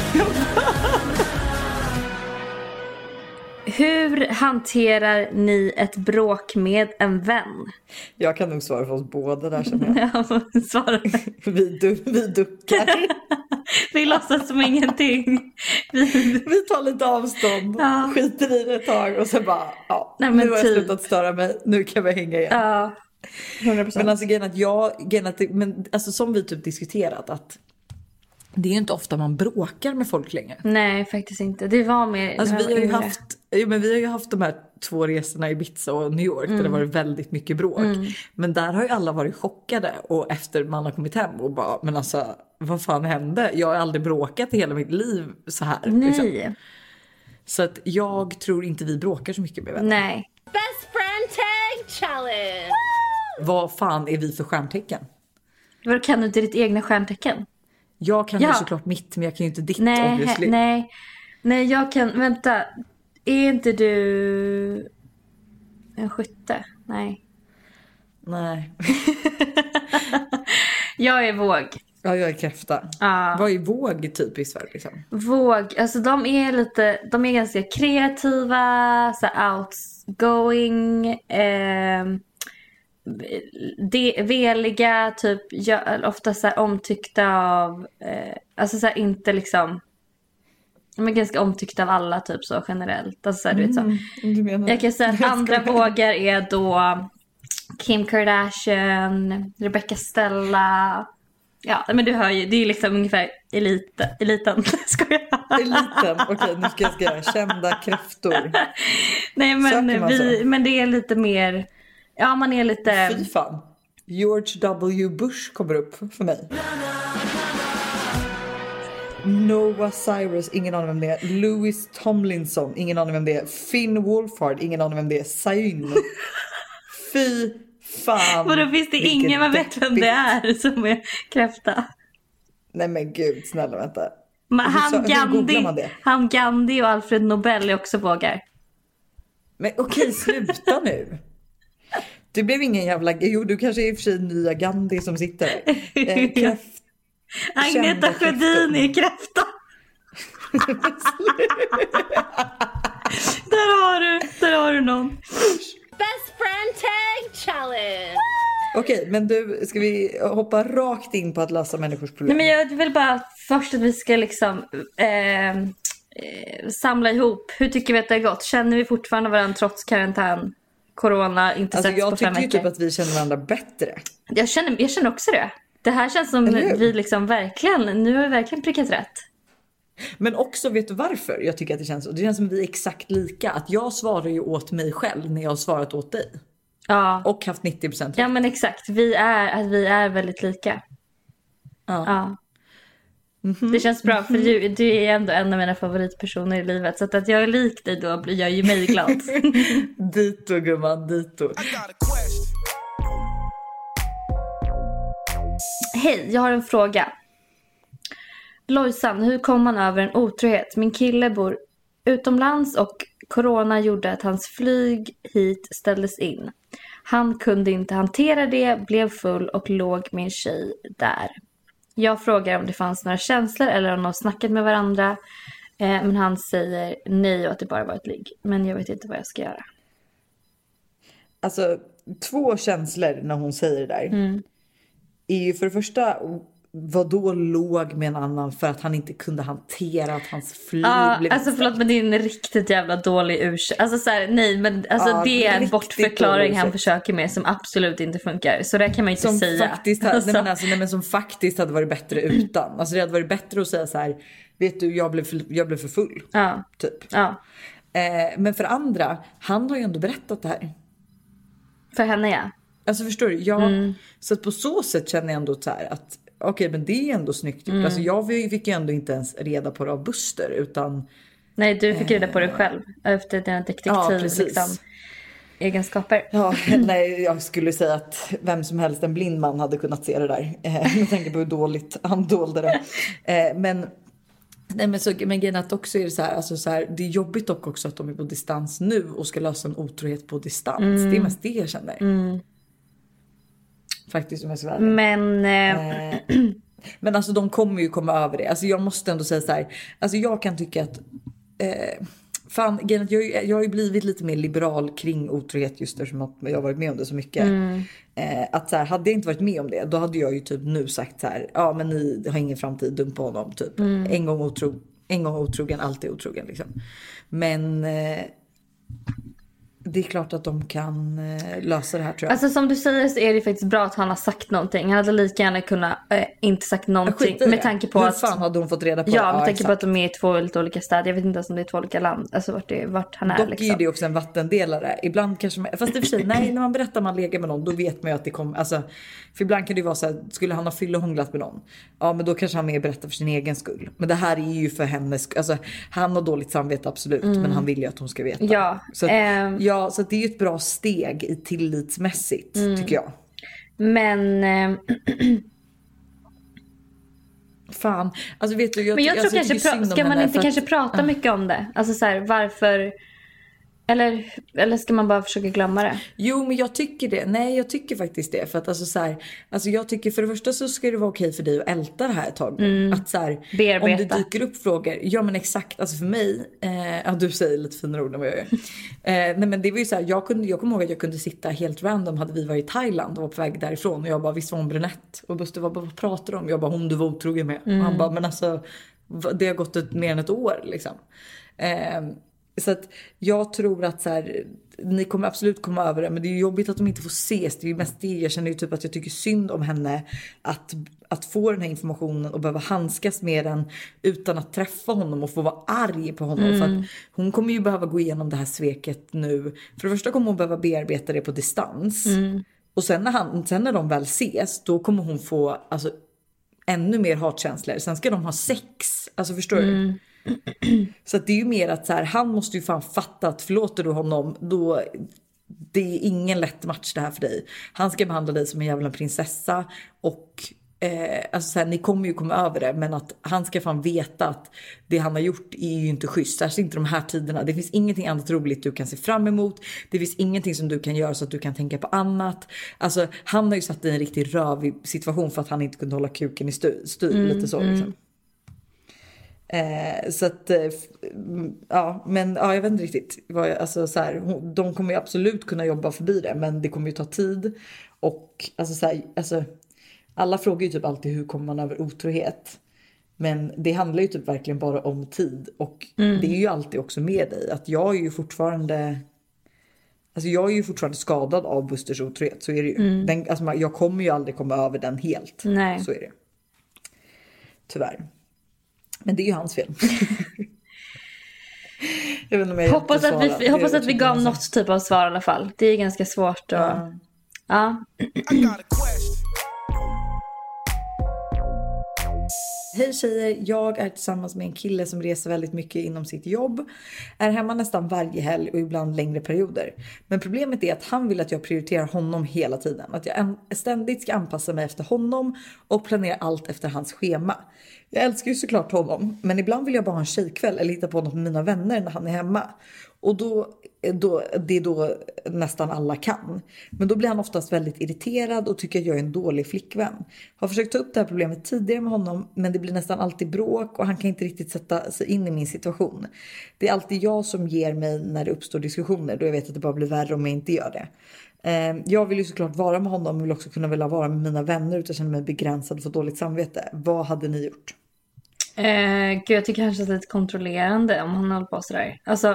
Hur hanterar ni ett bråk med en vän? Jag kan nog svara för oss båda där, känner jag. Ja, svara. Vi, du, vi duckar. Vi låtsas som ingenting. Vi, vi tar lite avstånd, ja. Skiter i det ett tag och sen bara, ja, nej, nu har jag typ. slutat störa mig, nu kan vi hänga igen. Ja, hundra procent. Men alltså grejen att jag, grejen att, men alltså som vi typ diskuterat att det är ju inte ofta man bråkar med folk längre. Nej, faktiskt inte. Det var mer... Alltså vi har ju yngre. haft, jo, men vi har ju haft de här två resorna i Ibiza och New York mm. där det varit väldigt mycket bråk. Mm. Men där har ju alla varit chockade och efter man har kommit hem och bara, men alltså vad fan hände? Jag har aldrig bråkat i hela mitt liv så här. Nej. Liksom. Så att jag tror inte vi bråkar så mycket med vänner. Nej. Best friend tag challenge! Vad fan är vi för stjärntecken? Vad kan du inte ditt egna stjärntecken? Jag kan ja. ju såklart mitt, men jag kan ju inte ditt, nej, obviously. Nej, nej, jag kan... Vänta. Är inte du en skytte? Nej. Nej. Jag är våg. Ja, jag är kräfta. Ah. Vad är våg typiskt för liksom? Våg, alltså de är lite... De är ganska kreativa, så outgoing... Eh, de, veliga, typ jag, ofta så här omtyckta av eh, alltså så här, inte liksom men ganska omtyckta av alla typ så generellt, alltså så här, du vet så. Mm, du menar. Jag kan säga att andra vågar är då Kim Kardashian, Rebecca Stella. Ja, men du hör ju, det är liksom ungefär elit, eliten. Skojar. Eliten, okej, okay, nu ska jag skriva kända kräftor. Nej, men vi, men det är lite mer. Ja, man är lite... Fy fan. George W. Bush kommer upp för mig. Noah Cyrus, ingen aning vem det är. Louis Tomlinson, ingen aning vem det är. Finn Wolfhard, ingen aning vem det är. Sayun. Fy fan. Vadå, finns det ingen man vet vem det är som är kräfta? Nej men gud, snälla vänta. Men han, hur, Gandhi, hur man det? han Gandhi och Alfred Nobel är också vågar. Men okej, sluta nu. Det blev ingen jävla... Jo, du kanske är i och för sig nya Gandhi som sitter. Eh, kräft... Agneta Sjödin är kräfta. där har du, där har du någon. Best friend tag challenge! Okej, men du, ska vi hoppa rakt in på att lösa människors problem? Nej, men jag vill bara först att vi ska liksom eh, eh, samla ihop. Hur tycker vi att det har gått? Känner vi fortfarande varandra trots karantän? Corona, inte alltså, setts på fem veckor. Jag tycker ju typ att vi känner varandra bättre. Jag känner, jag känner också det. Det här känns som vi liksom verkligen, nu har vi verkligen prickat rätt. Men också, vet du varför jag tycker att det känns så? Det känns som att vi är exakt lika. Att jag svarar ju åt mig själv när jag har svarat åt dig. Ja. Och haft nittio procent rätt. Ja, men exakt. Vi är, att vi är väldigt lika. Ja. Ja. Mm-hmm. Det känns bra, för du, du är ändå en av mina favoritpersoner i livet. Så att, att jag är lik dig då blir jag ju mig glad. Dito gumman, dito. Hej, jag har en fråga. Lojsan, hur kom man över en otrohet? Min kille bor utomlands och corona gjorde att hans flyg hit ställdes in. Han kunde inte hantera det, blev full och låg med en tjej där. Jag frågar om det fanns några känslor eller om de snackat med varandra. Eh, men han säger nej och att det bara var ett ligg. Men jag vet inte vad jag ska göra. Alltså, två känslor när hon säger det där. Mm. Är ju för det första vad då låg med en annan för att han inte kunde hantera att hans flyg Ja, blev alltså förlåt men det är en riktigt jävla dålig ursäkt. Alltså så här, nej men alltså Ja, det är en riktigt bortförklaring dålig han ursäkt. försöker med som absolut inte funkar. Så det kan man ju inte som säga. faktiskt hade, Alltså. nej, men alltså, nej, men som faktiskt hade varit bättre utan. Alltså det hade varit bättre att säga så här: vet du, jag blev för, jag blev för full. Ja. Typ. Ja. Eh, men för andra, han har ju ändå berättat det här. För henne ja. Alltså förstår du? Jag, Mm. Så att på så sätt känner jag ändå så här att okej, okay, men det är ändå snyggt. Mm. Alltså jag fick ju ändå inte ens reda på det av Buster utan... Nej, du fick reda på dig själv efter dina detektiv Ja, precis. liksom, egenskaper. Ja, nej, jag skulle säga att vem som helst, en blind man, hade kunnat se det där. Eh, med tanke på hur dåligt han dolde det. Eh, men... Nej, men, så, men grejen att också är det så här, alltså så här, det är jobbigt dock också att de är på distans nu och ska lösa en otrohet på distans. Mm. Det är mest det jag känner. Mm. Faktiskt, om jag ska vara Men... Eh... eh, men alltså de kommer ju komma över det. Alltså jag måste ändå säga så här, alltså jag kan tycka att eh, fan, grejen att jag, jag har ju blivit lite mer liberal kring otrohet just eftersom att jag har varit med om det så mycket. Mm. Eh, att så här, hade jag inte varit med om det, då hade jag ju typ nu sagt så här: ja men ni har ingen framtid, dum på honom typ. Mm. En gång otro, en gång otrogen, alltid otrogen liksom. Men eh, det är klart att de kan eh, lösa det här, tror jag. Alltså som du säger så är det faktiskt bra att han har sagt någonting. Han hade lika gärna kunnat äh, inte sagt någonting. Med tanke på Hur att... fan hade hon fått reda på Ja, det? med tanke exakt. på att de är i två väldigt olika städer. Jag vet inte ens om det är två olika land. Alltså vart, det, vart han är Dock liksom. är ju det också en vattendelare. Ibland kanske man, fast i och för sig, nej, när man berättar man lägger med någon, då vet man ju att det kommer, alltså, för ibland kan det ju vara så här, skulle han ha fyllehånglat med någon, ja men då kanske han mer berättar för sin egen skull. Men det här är ju för hennes, alltså han har dåligt samvete absolut, Mm. men han vill ju att hon ska veta. Ja, så att, ehm. ja, så att det är ju ett bra steg i tillitsmässigt, Mm. tycker jag. Men... Eh, Fan, alltså vet du, jag, men jag tror alltså, kanske, tycker synd pra- om ska man henne inte för kanske att- prata mycket om det? Alltså så här, varför... Eller, eller ska man bara försöka glömma det? Jo, men jag tycker det. Nej, jag tycker faktiskt det. För att alltså så här, alltså jag tycker för det första så ska det vara okej för dig att älta det här ett tag. Mm. Att så här, om Bearbeta. det dyker upp frågor. Ja, men exakt. Alltså för mig, eh, ja du säger lite finare ord än vad jag gör. eh, nej, men det var ju så här, jag kunde, jag kommer ihåg att jag kunde sitta helt random. Hade vi varit i Thailand och var på väg därifrån. Och jag bara, visst var hon brunett? Och Buster var bara, vad pratar du om? Jag bara, hon du var otrogen med. Mm. Och han bara, men alltså, det har gått ett, mer än ett år liksom. Eh, Så att jag tror att så här, ni kommer absolut komma över det, men det är ju jobbigt att de inte får ses. Det är ju mest det. Jag känner ju typ att jag tycker synd om henne att, att få den här informationen och behöva handskas med den utan att träffa honom och få vara arg på honom. Mm. För att hon kommer ju behöva gå igenom det här sveket nu. För det första kommer hon behöva bearbeta det på distans. Mm. Och sen när, han, sen när de väl ses, då kommer hon få alltså, ännu mer hatkänslor. Sen ska de ha sex. Alltså förstår du? Mm. Så att det är ju mer att så här, han måste ju fan fatta att förlåter du honom, då det är ingen lätt match det här för dig. Han ska behandla dig som en jävla prinsessa och eh, alltså så här, ni kommer ju komma över det, men att han ska fan veta att det han har gjort är ju inte schysst. Särskilt inte de här tiderna. Det finns ingenting annat roligt du kan se fram emot. Det finns ingenting som du kan göra så att du kan tänka på annat. Alltså han har ju satt i en riktig rövig situation för att han inte kunde hålla kuken i styr, styr Mm, lite så mm. liksom. Eh, så att, eh, ja, men ja, jag vet inte riktigt. Vad jag- Alltså, så här, hon- de kommer ju absolut kunna jobba förbi det, men det kommer ju ta tid. Och alltså, så här, alltså, alla frågar ju typ alltid hur kommer man över otrohet. Men det handlar ju typ verkligen bara om tid. Och Mm. det är ju alltid också med dig. Att jag är ju fortfarande... Alltså jag är ju fortfarande skadad av Busters otrohet. Så är det ju. Mm. Den, alltså, man- jag kommer ju aldrig komma över den helt. Nej. Så är det. Tyvärr. Men det är ju hans fel. Jag vet inte om jag Hoppas att vi, jättesvara. Det hoppas är att vi typ gav något något typ av svar i alla fall. Det är ganska svårt att... Ja. Ja. Hej tjejer, jag är tillsammans med en kille som reser väldigt mycket inom sitt jobb. Är hemma nästan varje helg och ibland längre perioder. Men problemet är att han vill att jag prioriterar honom hela tiden. Att jag an- ständigt ska anpassa mig efter honom och planera allt efter hans schema. Jag älskar ju såklart honom, men ibland vill jag bara ha en tjejkväll eller hitta på något med mina vänner när han är hemma. Och då, då, det är då nästan alla kan. Men då blir han oftast väldigt irriterad och tycker att jag är en dålig flickvän. Har försökt ta upp det här problemet tidigare med honom, men det blir nästan alltid bråk och han kan inte riktigt sätta sig in i min situation. Det är alltid jag som ger mig när det uppstår diskussioner, då jag vet att det bara blir värre om jag inte gör det. Eh, jag vill ju såklart vara med honom, men vill också kunna vilja vara med mina vänner utan att känna mig begränsad och få dåligt samvete. Vad hade ni gjort? Eh, gud, jag tycker kanske att det är lite kontrollerande om han håller på sådär. Alltså,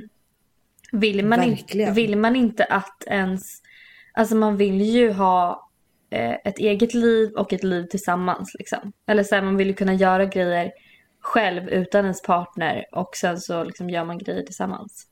vill man, in, vill man inte att ens... Alltså man vill ju ha eh, ett eget liv och ett liv tillsammans liksom. Eller så här, man vill ju kunna göra grejer själv utan ens partner. Och sen så liksom gör man grejer tillsammans.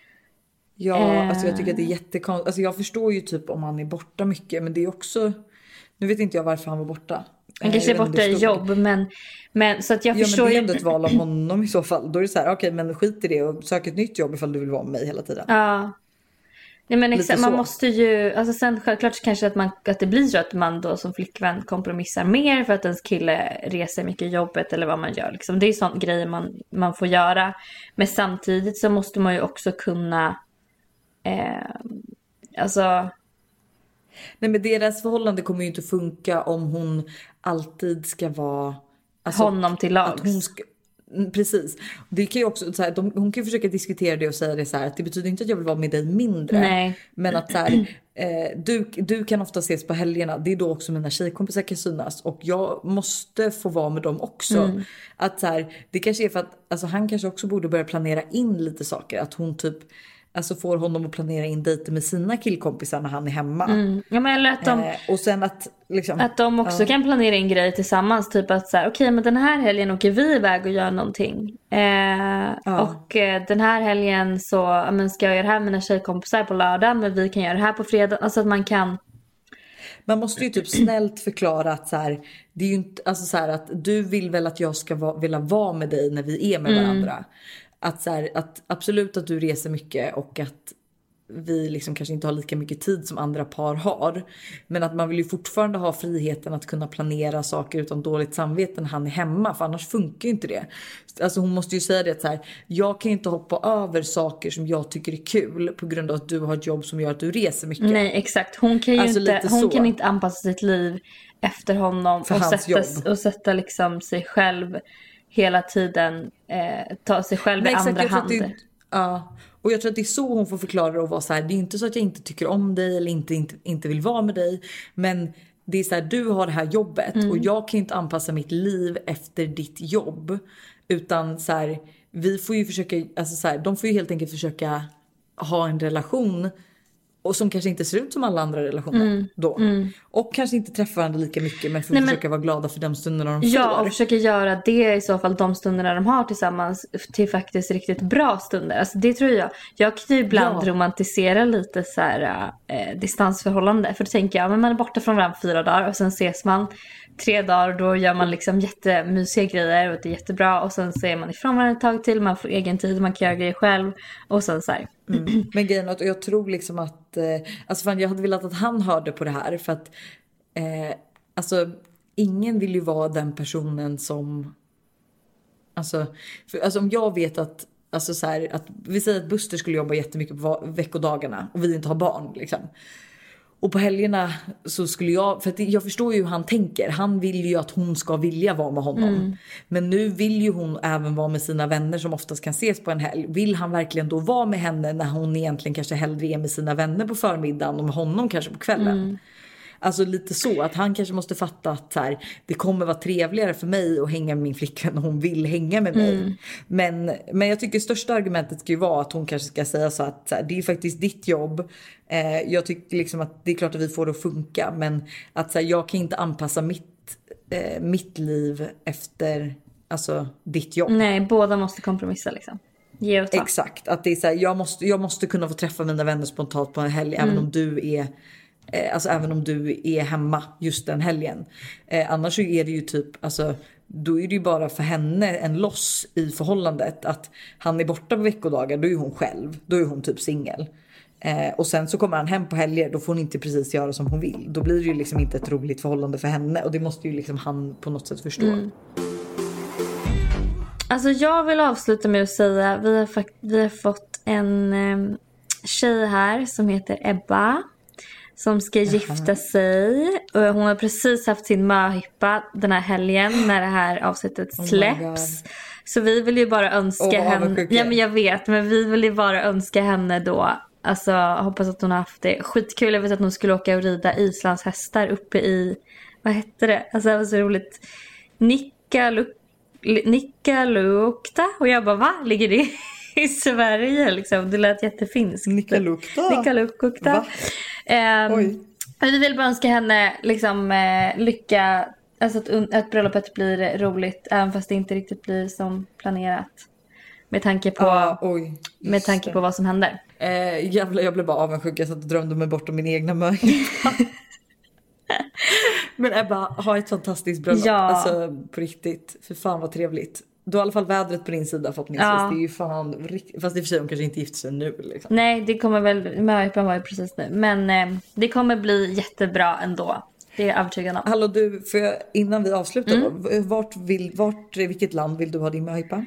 Ja, eh. alltså jag tycker att det är jättekonstigt. Alltså jag förstår ju typ om han är borta mycket. Men det är också... Nu vet inte jag varför han var borta. Han kanske är borta i jobb, men, men så att jag ja, förstår men det är ju... ändå ett val av honom i så fall. Då är det så här, okej, okay, men skit i det och sök ett nytt jobb ifall du vill vara med mig hela tiden. Ja. Nej, men exakt, man måste ju, alltså sen självklart kanske att, man, att det blir så att man då som flickvän kompromissar mer för att ens kille reser mycket jobbet eller vad man gör. Liksom. Det är sånt grejer man, man får göra. Men samtidigt så måste man ju också kunna, eh, alltså... Nej, men deras förhållande kommer ju inte funka om hon alltid ska vara... Alltså, honom till lags. Att hon ska, precis. Det kan ju också, så här, de, hon kan ju försöka diskutera det och säga det så här, att det betyder inte att jag vill vara med dig mindre. Nej. Men att så här, eh, du, du kan ofta ses på helgerna. Det är då också mina tjejkompisar kan synas. Och jag måste få vara med dem också. Mm. Att så här, det kanske är för att alltså, han kanske också borde börja planera in lite saker. Att hon typ... Alltså får honom att planera in dejter med sina killkompisar när han är hemma. Mm. Ja, men eller att de, eh, och sen att, liksom, att de också ja. kan planera in grejer tillsammans. Typ att så här, okej, okay, men den här helgen åker vi iväg och gör någonting. Eh, ja. Och eh, den här helgen så ja, men ska jag göra det här med mina tjejkompisar på lördag. Men vi kan göra det här på fredag. Alltså att man kan... Man måste ju typ snällt förklara att så här, det är ju inte, alltså så här, att du vill väl att jag ska va, vilja vara med dig när vi är med mm. varandra. Att, så här, att absolut att du reser mycket och att vi liksom kanske inte har lika mycket tid som andra par har. Men att man vill ju fortfarande ha friheten att kunna planera saker utan dåligt samvete när han är hemma. För annars funkar ju inte det. Alltså hon måste ju säga det att så här, jag kan inte hoppa över saker som jag tycker är kul på grund av att du har ett jobb som gör att du reser mycket. Nej, exakt. Hon kan ju alltså inte, hon kan inte anpassa sitt liv efter honom och sätta, och sätta liksom sig själv hela tiden, eh, ta sig själv Nej, i exakt, andra hand. Det, ja, och jag tror att det är så hon får förklara det och vara så här, det är inte så att jag inte tycker om dig eller inte, inte, inte vill vara med dig, men det är så här, du har det här jobbet mm. och jag kan inte anpassa mitt liv efter ditt jobb, utan så här, vi får ju försöka, alltså så här, de får ju helt enkelt försöka ha en relation och som kanske inte ser ut som alla andra relationer mm. då. Mm. Och kanske inte träffa varandra lika mycket, men för att försöka vara glada för de stunderna de ja, får. Ja, och försöka göra det i så fall de stunderna de har tillsammans till faktiskt riktigt bra stunder. Alltså det tror jag. Jag kan ju ibland ja. romantisera lite så här eh, distansförhållande. För då tänker jag, men man är borta från varandra fyra dagar och sen ses man tre dagar och då gör man liksom jättemysiga grejer och det är jättebra. Och sen så är man ifrån varandra ett tag till, man får egen tid, man kan göra grejer själv och sen så här. Mm. Men grejen är att jag tror liksom att eh, alltså fan, jag hade velat att han hörde på det här för att eh, alltså ingen vill ju vara den personen som alltså, för, alltså om jag vet att alltså så här, att vi säger att Buster skulle jobba jättemycket på veckodagarna och vi inte har barn liksom. Och på helgerna så skulle jag, för att jag förstår ju hur han tänker. Han vill ju att hon ska vilja vara med honom. Mm. Men nu vill ju hon även vara med sina vänner som oftast kan ses på en helg. Vill han verkligen då vara med henne när hon egentligen kanske hellre är med sina vänner på förmiddagen och med honom kanske på kvällen? Mm. Alltså lite så att han kanske måste fatta att så här, det kommer vara trevligare för mig att hänga med min flickvän när hon vill hänga med mig. Mm. Men, men jag tycker största argumentet ska ju vara att hon kanske ska säga så att så här, det är faktiskt ditt jobb. Eh, jag tycker liksom att det är klart att vi får det att funka, men att så här, jag kan inte anpassa mitt, eh, mitt liv efter alltså, ditt jobb. Nej, båda måste kompromissa liksom. Ge och ta. Exakt, att det är så här, jag måste, jag måste kunna få träffa mina vänner spontant på en helg mm. även om du är Alltså även om du är hemma just den helgen. eh, Annars så är det ju typ alltså, då är det ju bara för henne en loss i förhållandet. Att han är borta på veckodagar, då är hon själv. Då är hon typ singel. eh, Och sen så kommer han hem på helger, då får hon inte precis göra som hon vill. Då blir det ju liksom inte ett roligt förhållande för henne. Och det måste ju liksom han på något sätt förstå. mm. Alltså jag vill avsluta med att säga vi har, fakt- vi har fått en eh, tjej här som heter Ebba, som ska gifta sig. Och hon har precis haft sin möhippa den här helgen när det här avsnittet släpps. Oh så vi vill ju bara önska oh, henne... Ja, men jag vet. Men vi vill ju bara önska henne då Alltså hoppas att hon har haft det skitkul. Jag vet att hon skulle åka och rida Islands hästar uppe i, vad hette det? Alltså det var så roligt. Nikkalu- Nikkaluokta. Och jag bara, va? Ligger det i Sverige liksom? Det lät jättefinskt. Nikkaluokta? Nikkaluokta. Um, Oj. Vi vill bara önska henne liksom eh, lycka. Alltså att, att bröllopet blir roligt. Även fast det inte riktigt blir som planerat. Med tanke på, ah, oj, med tanke på vad som händer. Eh, jävlar, jag blev bara avundsjuk. Jag satt och drömde mig bort om min egna möjlighet. Men Ebba, ha ett fantastiskt bröllop. Ja. Alltså på riktigt. För fan vad trevligt. Du har i alla fall vädret på din sida förhoppningsvis. Ja. Det är ju fan rikt... Fast i och för sig hon kanske inte gifter sig nu liksom. Nej, det kommer väl, möjligheten var ju precis nu. Men eh, det kommer bli jättebra ändå. Det är jag övertygad om. Hallå du, för jag, innan vi avslutar Mm. då, vart vill, vart, vilket land vill du ha din möhippa?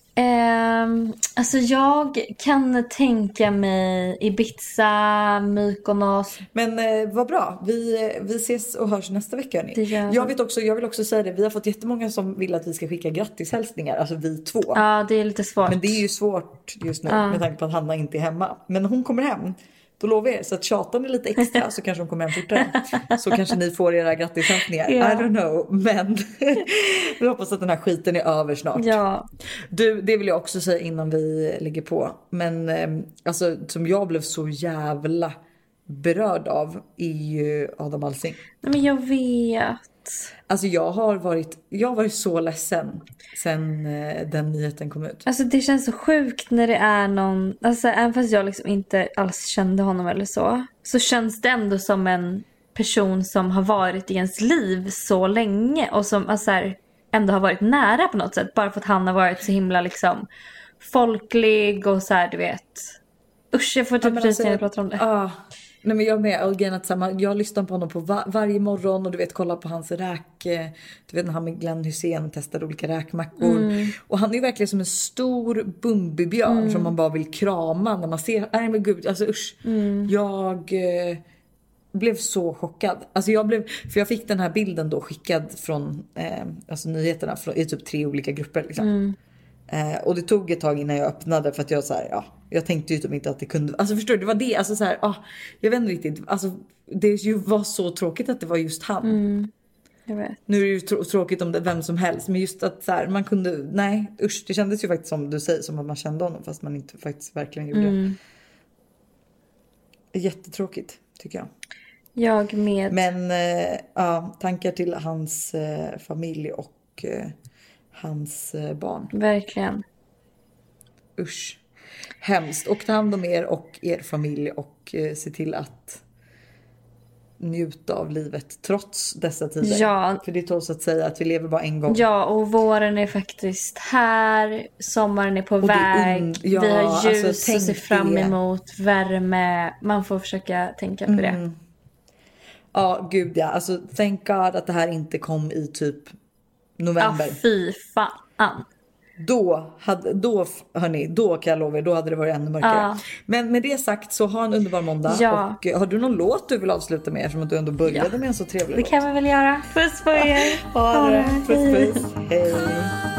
Um, alltså jag kan tänka mig Ibiza, Mykonos. Men eh, vad bra, vi, vi ses och hörs nästa vecka hörni. Det gör vi. Jag vet också, jag vill också säga det, vi har fått jättemånga som vill att vi ska skicka grattishälsningar, alltså vi två. Ja, det är lite svårt. Men det är ju svårt just nu Ja. med tanke på att Hanna inte är hemma. Men hon kommer hem. Då lovar jag er, så att tjatan är lite extra så kanske hon kommer hem fortare. Så kanske ni får era grattishälsningar. Ja. I don't know. Men vi hoppas att den här skiten är över snart. Ja. Du, det vill jag också säga innan vi lägger på. Men eh, alltså som jag blev så jävla berörd av är ju Adam Alsing. Nej, men jag vet. Alltså jag har varit, jag har varit så ledsen sen eh, den nyheten kom ut. Alltså det känns så sjukt när det är någon. Alltså även fast jag liksom inte alls kände honom eller så. Så känns det ändå som en person som har varit i ens liv så länge. Och som alltså, här, ändå har varit nära på något sätt. Bara för att han har varit så himla liksom folklig och så här, du vet. Usch, jag får typ men rysningar alltså, när jag pratar om det. Ah, nej men jag med. Och grejen att samma, jag lyssnar på honom på va- varje morgon och du vet kolla på hans räk. eh, Du vet när han med Glenn Hussein testade olika räkmackor. Mm. Och han är ju verkligen som en stor bumbibjörn mm. som man bara vill krama när man ser. Nej men gud, alltså usch. Mm. Jag eh, blev så chockad. Alltså jag blev, för jag fick den här bilden då skickad från eh, alltså nyheterna från, i typ tre olika grupper liksom. Mm. Eh, och det tog ett tag innan jag öppnade för att jag så här, ja, jag tänkte ju typ inte att det kunde, alltså förstår du, det var det, alltså så här, ah, jag vet inte riktigt, alltså det ju var så tråkigt att det var just han. Mm. Jag vet. Nu är det ju trå- tråkigt om det vem som helst, men just att så här, man kunde, nej usch, det kändes ju faktiskt som du säger, som att man kände honom fast man inte faktiskt verkligen gjorde Mm. det. Jättetråkigt tycker jag. Jag med. Men eh, ja, tankar till hans eh, familj och eh, hans eh, barn. Verkligen. Usch. Hemskt. Och ta hand om er och er familj och eh, se till att njuta av livet trots dessa tider. Ja. För det är tåls att säga att vi lever bara en gång. Ja, och våren är faktiskt här. Sommaren är på det är väg. und- ja, vi har ljus alltså, att se tänk fram det. emot. Värme. Man får försöka tänka på det. Mm. Ja, gud ja. Alltså, thank God att det här inte kom i typ november. Ja, fy fan. Då, hade, då, hörni, då kan jag lova er, då hade det varit ännu mörkare. Ja. Men med det sagt så ha en underbar måndag. Ja. Och har du någon låt du vill avsluta med som att du ändå började Ja. med en så trevlig Det låt? kan vi väl göra. Puss på er. Ha det. Puss Hej. puss. Hej.